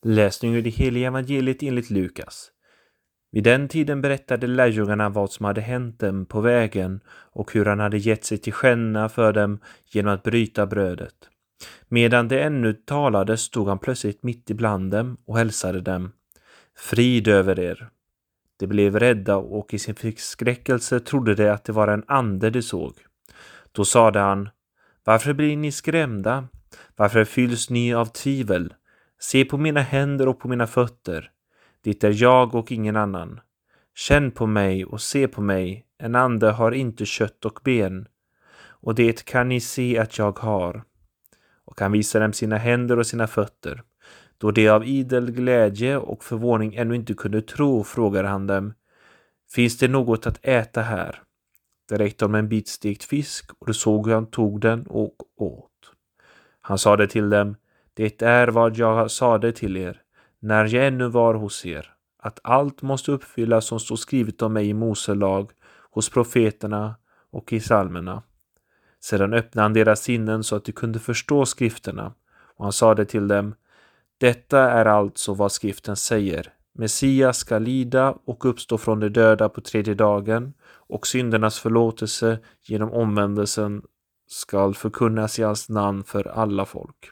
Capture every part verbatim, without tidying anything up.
Läsning ur det heliga evangeliet enligt Lukas. Vid den tiden berättade lärjungarna vad som hade hänt dem på vägen och hur han hade gett sig till känna för dem genom att bryta brödet. Medan de ännu talade stod han plötsligt mitt ibland dem och hälsade dem: "Frid över er." De blev rädda och i sin förskräckelse trodde de att det var en ande de såg. Då sade han: "Varför blir ni skrämda? Varför fylls ni av tvivel? Se på mina händer och på mina fötter. Det är jag och ingen annan. Känn på mig och se på mig. En ande har inte kött och ben. Och det kan ni se att jag har." Och han visade dem sina händer och sina fötter. Då de av idel glädje och förvåning ännu inte kunde tro, frågade han dem: "Finns det något att äta här?" Det räckte om en bit stekt fisk, och de såg hur han tog den och åt. Han sade till dem: "Det är vad jag sade till er, när jag ännu var hos er, att allt måste uppfyllas som står skrivet om mig i Mose lag, hos profeterna och i psalmerna." Sedan öppnade han deras sinnen så att de kunde förstå skrifterna, och han sade till dem: "Detta är alltså vad skriften säger. Messias ska lida och uppstå från de döda på tredje dagen, och syndernas förlåtelse genom omvändelsen skall förkunnas i hans namn för alla folk.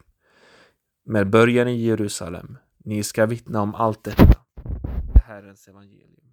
Med början i Jerusalem. Ni ska vittna om allt detta." Herrens evangelium.